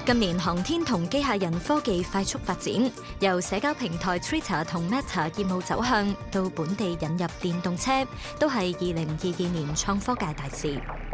今年航天同機械人科技快速發展，由社交平台 Twitter 同 Meta 業務走向，到本地引入電動車，都係2022年創科界大事。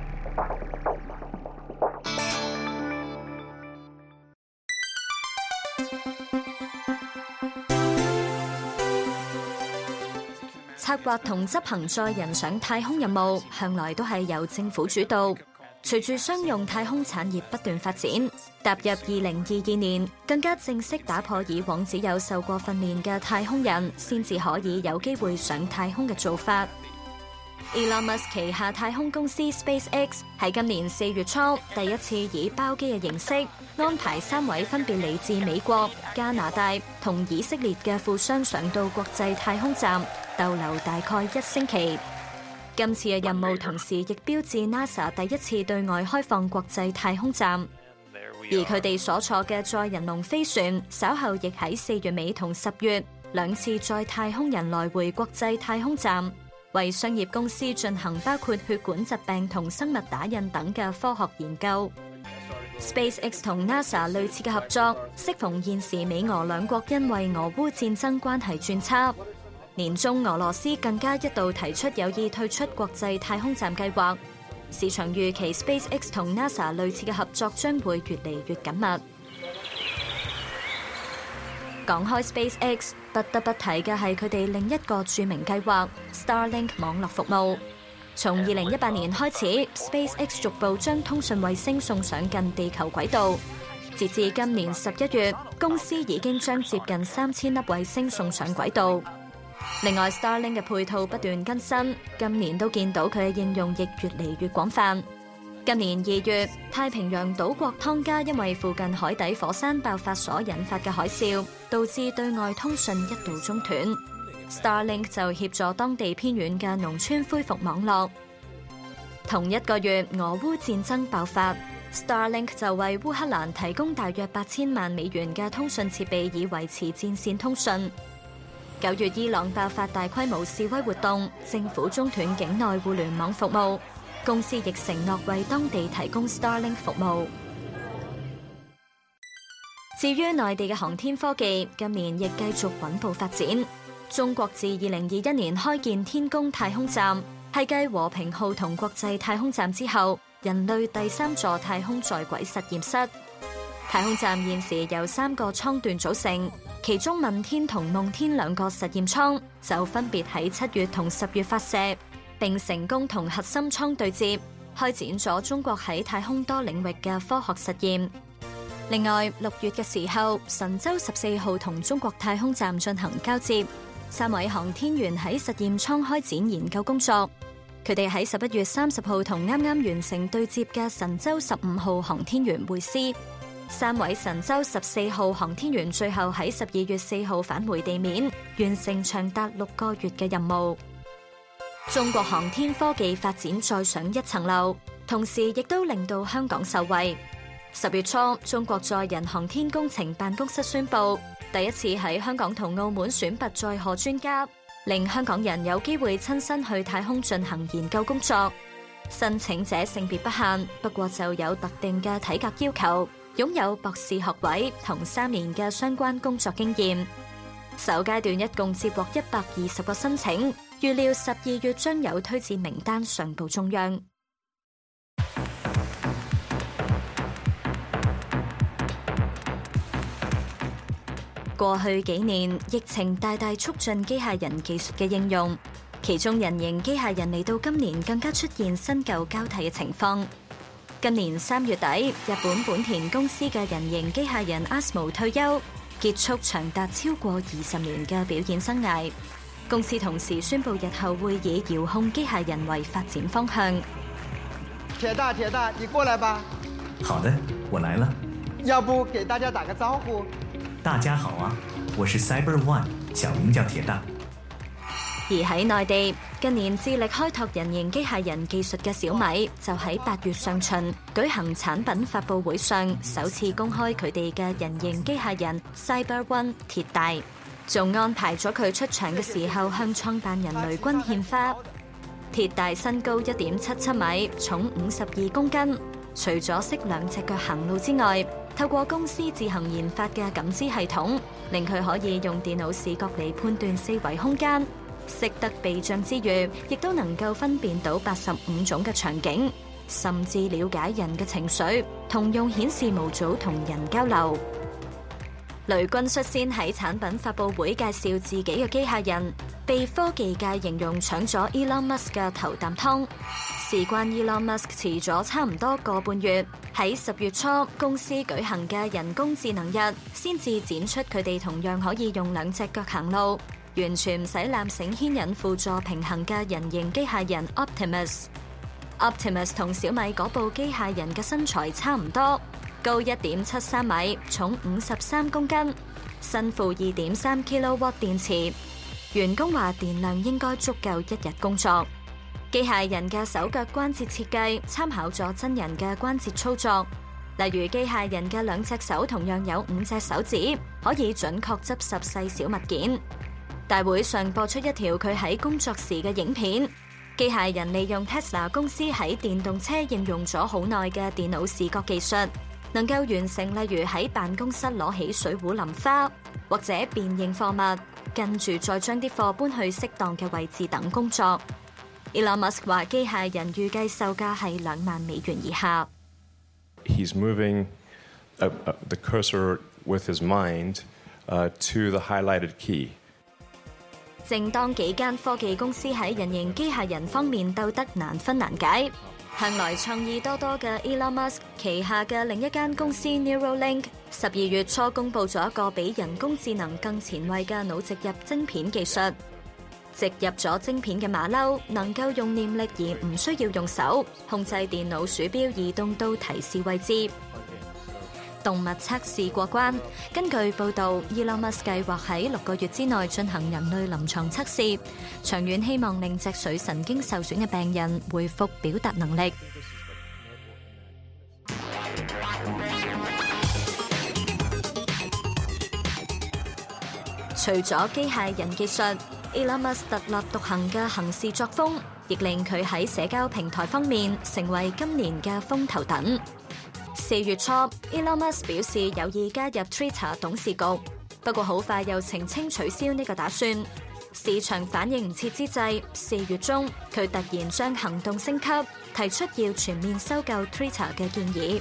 策劃同執行載人上太空任務，向來都係由政府主導。隨住商用太空產業不斷發展，踏入2022年，更加正式打破以往只有受過訓練嘅太空人先至可以有機會上太空嘅做法。Elon Musk 旗下太空公司 SpaceX 喺今年4月初第一次以包機嘅形式安排3位分別嚟自美國、加拿大同以色列嘅富商上到國際太空站逗留大概1星期。今次嘅任務同時亦標誌 NASA 第一次對外開放國際太空站，而佢哋所坐嘅載人龍飛船稍後亦喺4月尾同10月2次載太空人來回國際太空站，為商業公司進行包括血管疾病同生物打印等嘅科學研究。SpaceX 同 NASA 類似嘅合作，適逢現時美俄兩國因為俄烏戰爭關係轉差。年中俄羅斯更加一度提出有意退出國際太空站計劃，市場預期 SpaceX 同 NASA 類似嘅合作將會越嚟越緊密。講開 SpaceX， 不得不提嘅係佢哋另一個著名計劃 Starlink 網絡服務。從2018年開始 ，SpaceX 逐步將通訊衛星送上近地球軌道。截至今年11月，公司已經將接近3000粒衛星送上軌道。另外 ，Starlink 嘅配套不斷更新，今年都見到佢嘅應用亦越嚟越廣泛。今年2月，太平洋島國湯加因為附近海底火山爆發所引發嘅海嘯，導致對外通訊一度中斷。Starlink 就協助當地偏遠嘅農村恢復網絡。同一個月，俄烏戰爭爆發 ，Starlink 就為烏克蘭提供大約8000萬美元嘅通訊設備，以維持戰線通訊。9月，伊朗爆發大規模示威活動，政府中斷境內互聯網服務，公司亦承諾為當地提供 Starlink 服務。至於內地嘅航天科技，今年亦繼續穩步發展。中國自2021年開建天宮太空站，係繼和平號同國際太空站之後，人類第3座太空在軌實驗室。太空站現時由3個艙段組成，其中問天同夢天2個實驗艙就分別喺7月同10月發射，並成功同核心艙對接，開展咗中國喺太空多領域嘅科學實驗。另外，6月嘅時候，神舟14號同中國太空站進行交接，3位航天員喺實驗艙開展研究工作。佢哋喺11月30號同啱啱完成對接嘅神舟15號航天員會師。3位神舟14號航天員最後喺12月4號返回地面，完成長達6個月嘅任務。中國航天科技發展再上一層樓，同時亦都令到香港受惠。10月初，中國載人航天工程辦公室宣布，第一次喺香港同澳門選拔載荷專家，令香港人有機會親身去太空進行研究工作。申請者性別不限，不過就有特定嘅體格要求，擁有博士學位同3年嘅相關工作經驗。首階段一共接獲120個申請，預料12月將有推薦名單上報中央。過去幾年，疫情大大促進機械人技術嘅應用，其中人形機械人嚟到今年更加出現新舊交替嘅情況。今年3月底，日本本田公司嘅人形機械人 ASIMO 退休，結束長達超過20年嘅表演生涯。公司同時宣布日後會以遙控機械人為發展方向。 鐵大，你過來吧。 好的，我來了。 要不給大家打個招呼？ 大家好啊，我是 Cyber One， 小名叫鐵大。 而喺內地，近年致力開拓人形機械人技術嘅小米，就喺8月上旬舉行產品發佈會上，首次公開佢哋嘅人形機械人 Cyber One 鐵大，仲安排咗佢出場嘅時候向創辦人雷軍獻花。鐵大身高1.77米，重52公斤，除咗識2隻腳行路之外， 透過公司自行研發嘅感知系統，令佢可以用電腦視覺嚟判斷四維空間，識得避障之餘，亦都能夠分辨到85種嘅場景，甚至了解人嘅情緒，同用顯示模組同人交流。雷軍率先喺產品發佈會介紹自己嘅機械人，被科技界形容搶咗 Elon Musk 嘅頭啖湯。事關 Elon Musk 遲咗差唔多個半月，喺10月初公司舉行嘅人工智能日，先至展出佢哋同樣可以用2隻腳行路，完全唔使纜繩牽引輔助平衡嘅人形機械人 Optimus。Optimus 同小米嗰部機械人嘅身材差唔多，高1.73米，重53公斤，身負2.3 kW 電池。員工話電量應該足夠1日工作。機械人嘅手腳關節設計參考咗真人嘅關節操作，例如機械人嘅2隻手同樣有5隻手指，可以準確執拾細小物件。大會上播出一條佢喺工作時嘅影片，機械人利用 Tesla 公司喺電動車應用咗好耐嘅電腦視覺技術，能夠完成例如喺辦公室攞起水壺淋花，或者辨認貨物，跟住再將啲貨搬去適當嘅位置等工作。Elon Musk 話機械人預計售價係2萬美元以下。 He's moving the cursor with his mind to the highlighted key. 正當幾間科技公司喺人形機械人方面鬥得難分難解，向來創意多多嘅 Elon Musk 旗下嘅另一間公司 Neuralink 12月初公佈咗一個比人工智能更前衛嘅腦植入晶片技術。植入咗晶片嘅馬騮能夠用念力而唔需要用手控制電腦鼠標移動到提示位置。動物測試過關，根據報道 Elon Musk 計劃喺6個月之內進行人類臨床測試，長遠希望令脊髓神經受損嘅病人恢復表達能力。除咗機械人技術，Elon Musk 特立獨行嘅行事作風，亦令佢喺社交平台方面成為今年嘅風頭躉。4月初 ，Elon Musk 表示有意加入 Twitter 董事局，不過好快又澄清取消呢個打算。市場反應唔切之際，4月中佢突然將行動升級，提出要全面收購 Twitter 嘅建議。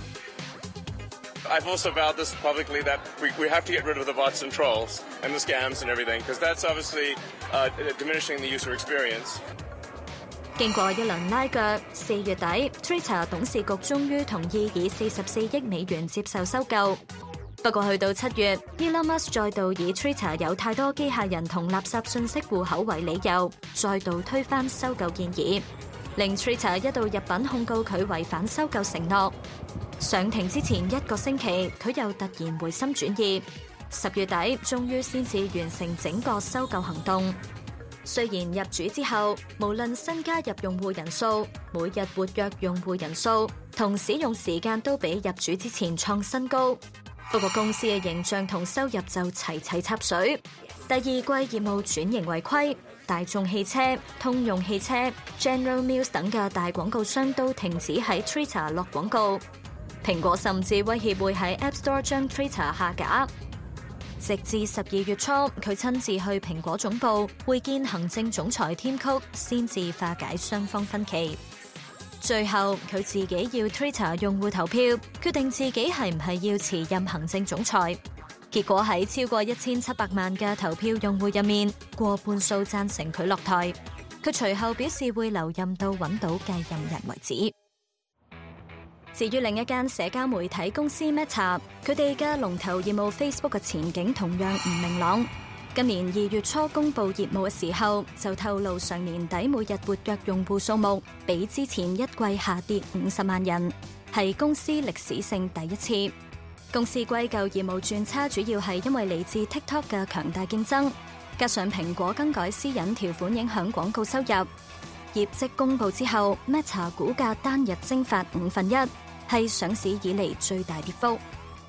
I've also vowed this publicly that we have to get rid of the bots and trolls and the scams and everything, because that's obviously diminishing the user experience. 經過一輪拉鋸，4月底 Twitter 董事局終於同意以44億美元接受收購。不過去到7月 ，Elon Musk 再度以 Twitter 有太多機械人同垃圾信息戶口為理由，再度推翻收購建議，令 Twitter 一度入稟控告佢違反收購承諾。上庭之前1個星期，佢又突然回心轉意，10月底終於先至完成整個收購行動。雖然入主之後，無論新加入用戶人數、每日活躍用戶人數同使用時間都比入主之前創新高，不過公司嘅形象同收入就齊齊插水。第二季業務轉型為虧，大眾汽車、通用汽車、General Mills 等嘅大廣告商都停止喺 Twitter 落廣告。蘋果甚至威脅會喺 App Store 將 Twitter 下架。直至12月初，佢親自去蘋果總部會見行政總裁添曲，先至化解雙方分歧。最後，佢自己要 Twitter 用戶投票，決定自己係唔係要辭任行政總裁。結果喺超過1700萬嘅投票用戶入面，過半數贊成佢落台。佢隨後表示會留任到揾到繼任人為止。至於另一間社交媒體公司 Meta， 佢哋嘅龍頭業務 Facebook 嘅前景同樣唔明朗。今年2月初公布業務嘅時候，就透露上年底每日活躍用戶數目比之前一季下跌50萬人，係公司歷史性第一次。公司歸咎業務轉差，主要係因為嚟自 TikTok 嘅強大競爭，加上蘋果更改私隱條款影響廣告收入。業績公布之後 ，Meta 股價單日蒸發1/5，係上市以嚟最大跌幅。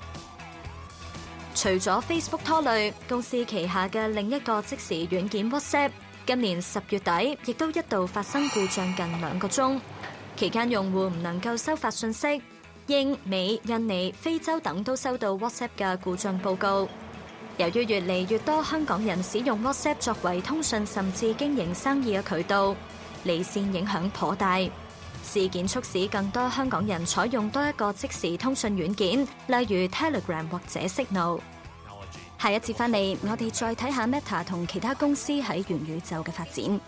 除咗 Facebook 拖累，公司旗下嘅另一個即時軟件 WhatsApp， 今年10月底亦都一度發生故障近2個鐘，期間用戶唔能夠收發信息。 英、美、印尼、非洲等都收到 WhatsApp 嘅故障報告。由於越嚟越多香港人使用 WhatsApp 作為通訊甚至經營生意嘅渠道，離線影響頗大。事件促使更多香港人採用多一個即時通訊軟件，例如 Telegram 或者 Signal。下一節返嚟，我哋再睇下 Meta 同其他公司喺元宇宙嘅發展。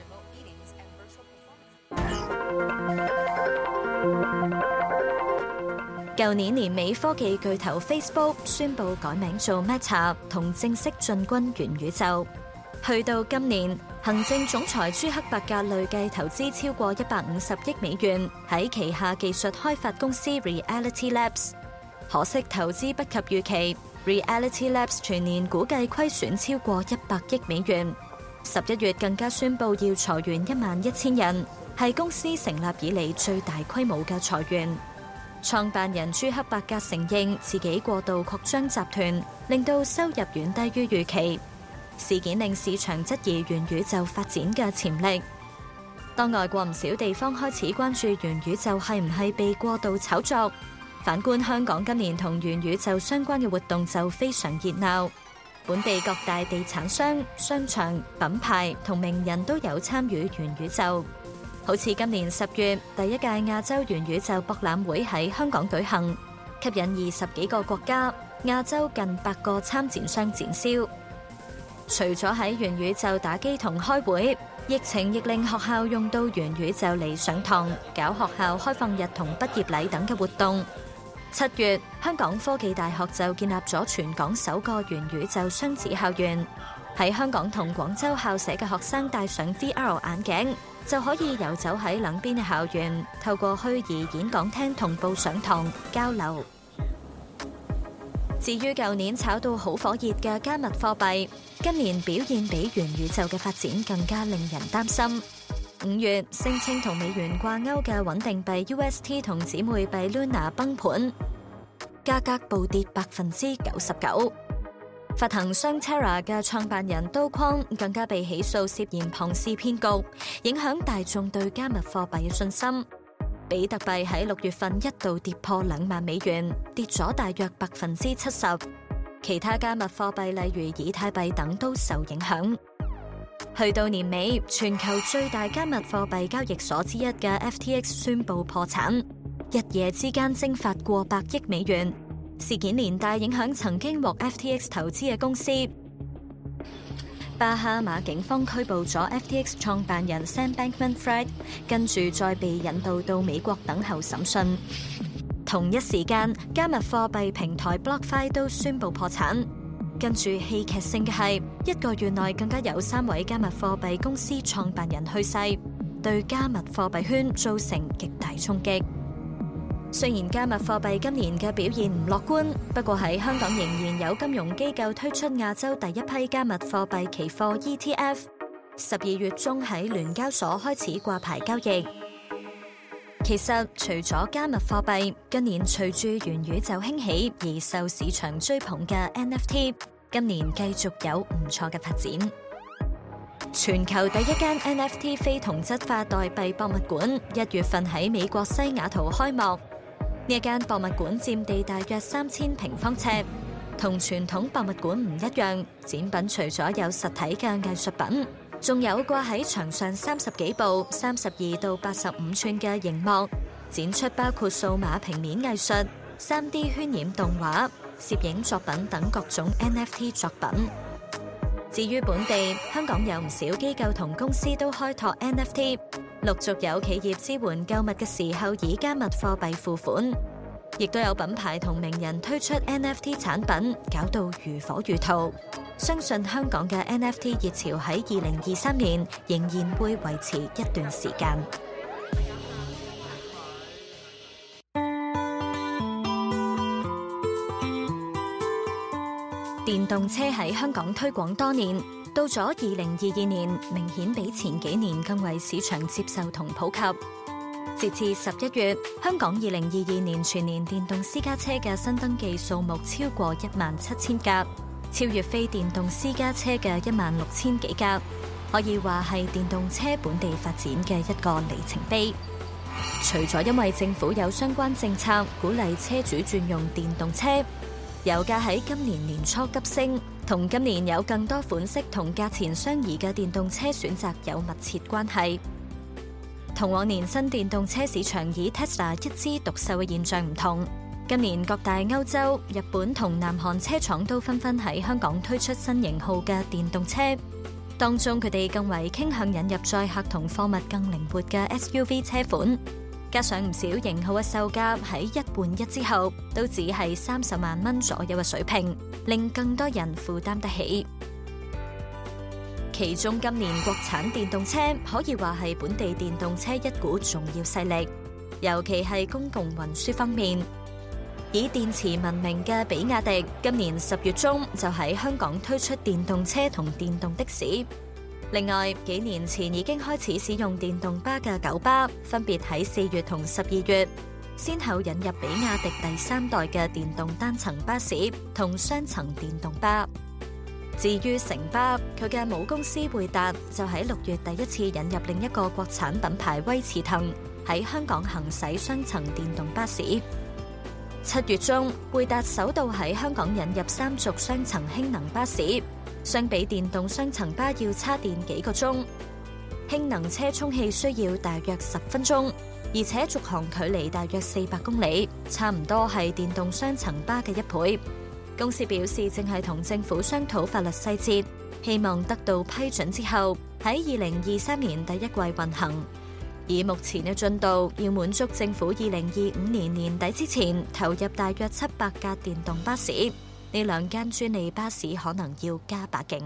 舊年年尾，科技巨頭 Facebook 宣布改名做 Meta， 同正式進軍元宇宙。去到今年，行政總裁朱克伯格累計投資超過150億美元喺旗下技術開發公司 Reality Labs。可惜投資不及預期， Reality Labs 全年估計虧損超過100億美元。11月更加宣布要裁員11000人，係公司成立以嚟最大規模嘅裁員。創辦人朱克伯格承認自己過度擴張集團，令到收入遠低於預期。事件令市場質疑元宇宙發展嘅潛力。當外國唔少地方開始關注元宇宙係唔係被過度炒作，反觀香港今年同元宇宙相關嘅活動就非常熱鬧。本地各大地產商、商場、品牌同名人都有參與元宇宙。好似今年10月，第一屆亞洲元宇宙博覽會喺香港舉行，吸引20幾個國家、亞洲近100個參展商展銷。除咗喺元宇宙打機同開會，疫情亦令學校用到元宇宙嚟上堂、搞學校開放日同畢業禮等嘅活動。7月，香港科技大學就建立咗全港首個元宇宙雙子校園。喺香港同廣州校舍嘅學生戴上 VR 眼鏡，就可以遊走喺兩邊嘅校園，透過虛擬演講廳同步上堂交流。至於舊年炒到好火熱嘅加密貨幣，今年表現比元宇宙嘅發展更加令人擔心。5月，聲稱同美元掛鈎嘅穩定幣 UST 同姊妹幣 Luna 崩盤，價格暴跌99%。發行商 Terra 嘅創辦人都框更加被起訴涉嫌龐氏騙局，影響大眾對加密貨幣嘅信心。比特幣喺6月份一度跌破2萬美元，跌咗大約70%。其他加密貨幣例如以太幣等都受影響。去到年尾，全球最大加密貨幣交易所之一嘅 FTX 宣布破產，一夜之間蒸發過100億美元。事件連帶影響曾經獲 FTX 投資嘅公司。巴哈馬警方拘捕咗 FTX 創辦人 Sam Bankman-Fried， 跟住再被引渡到美國等候審訊。同一時間，加密貨幣平台 BlockFi 都宣布破產。跟住戲劇性嘅係，1個月內更加有3位加密貨幣公司創辦人去世，對加密貨幣圈造成極大衝擊。雖然加密貨幣今年嘅表現唔樂觀，不過喺香港仍然有金融機構推出亞洲第一批加密貨幣期貨 ETF， 12月中喺聯交所開始掛牌交易。其實除咗加密貨幣，近年隨住元宇宙興起而受市場追捧嘅 NFT， 今年繼續有唔錯嘅發展。全球第一間 NFT 非同質化代幣博物館1月份喺美國西雅圖開幕。呢間博物館佔地大約3000平方尺，同傳統博物館唔一樣。展品除咗有實體嘅藝術品，仲有掛喺牆上30幾部32到85寸嘅熒幕，展出包括數碼平面藝術、3D 渲染動畫、攝影作品等各種 NFT 作品。至於本地，香港有唔少機構同公司都開拓 NFT， 陸續有企業支援購物嘅時候以加密貨幣付款，亦都有品牌同名人推出 NFT 產品，搞到如火如荼。相信香港嘅 NFT 熱潮喺2023年仍然會維持一段時間。電動車喺香港推廣多年，到咗2022年，明顯比前幾年更為市場接受同普及。截至11月，香港2022年全年電動私家車嘅新登記數目超過17000架，超越非電動私家車嘅16000幾架，可以話係電動車本地發展嘅一個里程碑。 除咗因為政府有相關政策鼓勵車主轉用電動車，油價喺今年年初急升，同今年有更多款式同價錢相宜嘅電動車選擇有密切關係。同往年新電動車市場以 Tesla 一枝獨秀嘅現象唔同，今年各大歐洲、日本同南韓車廠都紛紛喺香港推出新型號嘅電動車，當中佢哋更為傾向引入載客同貨物更靈活嘅 SUV 車款，加上唔少型號嘅售價喺一換一之後都只係30萬蚊左右嘅水平，令更多人負擔得起。其中今年國產電動車可以話係本地電動車一股重要勢力，尤其係公共運輸方面。以電池聞名嘅比亞迪，今年10月中就喺香港推出電動車同電動的士。另外，幾年前已經開始使用電動巴嘅九巴，分別喺4月同12月，先後引入比亞迪第3代嘅電動單層巴士同雙層電動巴。至於城巴，佢嘅母公司匯達就喺6月第一次引入另一個國產品牌威馳騰喺香港行駛雙層電動巴士。7月中，匯達首度喺香港引入3軸雙層氫能巴士，相比電動雙層巴要叉電幾個鐘，氫能車充氣需要大約10分鐘，而且續航距離大約400公里，差唔多係電動雙層巴嘅1倍。公司表示正係同政府商討法律細節，希望得到批准之後喺2023年第一季運行。以目前嘅進度，要滿足政府2025年年底之前投入大約700架電動巴士，呢2間專利巴士可能要加把勁。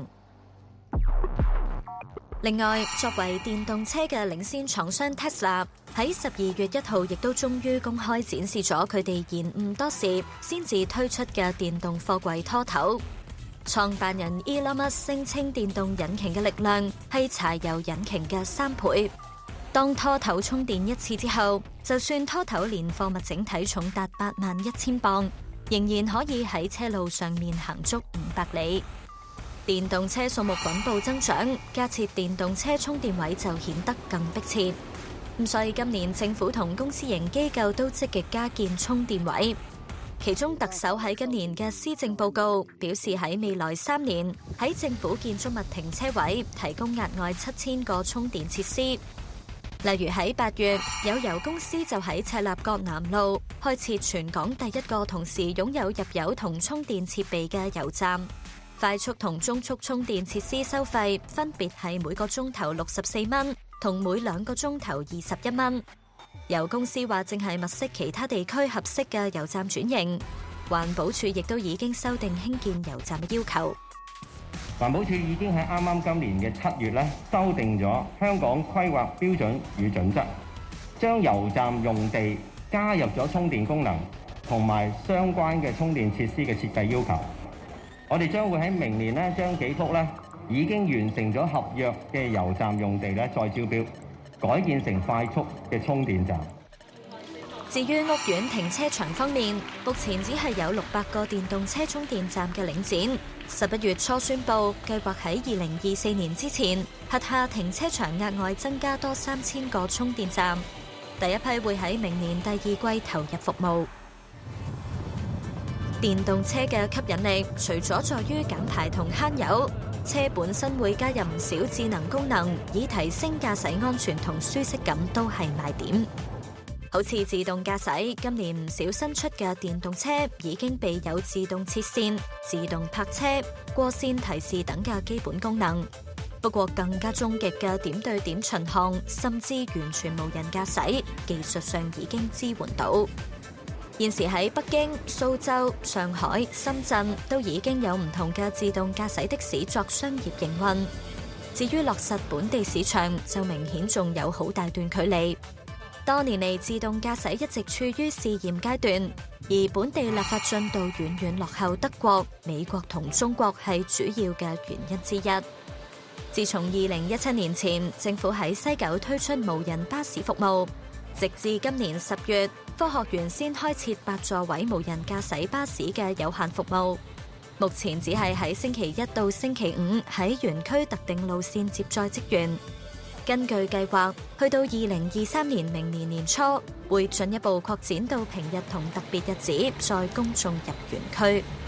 另外，作為電動車嘅領先廠商 Tesla 喺12月1號亦都終於公開展示咗佢哋延誤多時先至推出嘅電動貨櫃拖頭。創辦人 Elon Musk 聲稱電動引擎嘅力量係柴油引擎嘅3倍。當拖頭充電1次之後，就算拖頭連貨物整體重達81000磅，仍然可以喺車路上面行足500里。電動車數目穩步增長，加設電動車充電位就顯得更迫切。所以今年政府同公私營機構都積極加建充電位。其中特首喺今年嘅施政報告表示，喺未來3年喺政府建築物停車位提供額外7000個充電設施。例如喺8月，有油公司就喺赤鱲角南路開設全港第一個同時擁有入油同充電設備嘅油站。快速同中速充電設施收費分別係每個鐘頭64蚊，同每2個鐘頭21蚊。油公司話正係物色其他地區合適嘅油站轉型。環保署亦都已經修訂興建油站嘅要求。 環保署已經喺啱今年嘅7月修訂咗香港規劃標準與準則，將油站用地加入咗充電功能同埋相關嘅充電設施嘅設計要求。我哋將會喺明年將幾幅已經完成咗合約嘅油站用地再招標，改建成快速嘅充電站。 至於屋苑停車場方面，目前只係有600個電動車充電站嘅領展，11月初宣布計劃喺2024年之前，轄下停車場額外增加多3000個充電站，第一批會喺明年第2季投入服務。電動車嘅吸引力除咗在於減排同慳油，車本身會加入唔少智能功能，以提升駕駛安全同舒適感，都係賣點。好似自動駕駛，今年唔少新出嘅電動車已經備有自動切線、自動泊車、過線提示等嘅基本功能。不過更加終極嘅點對點巡航，甚至完全無人駕駛，技術上已經支援到。現時喺北京、蘇州、上海、深圳都已經有唔同嘅自動駕駛的士作商業營運。至於落實本地市場，就明顯仲有好大段距離。多年嚟，自動駕駛一直處於試驗階段，而本地立法進度遠遠落後德國、美國同中國係主要嘅原因之一。自從2017年前，政府喺西九推出無人巴士服務，直至今年10月，科學園先開設8座位無人駕駛巴士嘅有限服務。目前只係喺星期1到星期5喺園區特定路線接載職員。 根據計劃，去到2023年明年年初，會進一步擴展到平日同特別日子，再公眾入園區。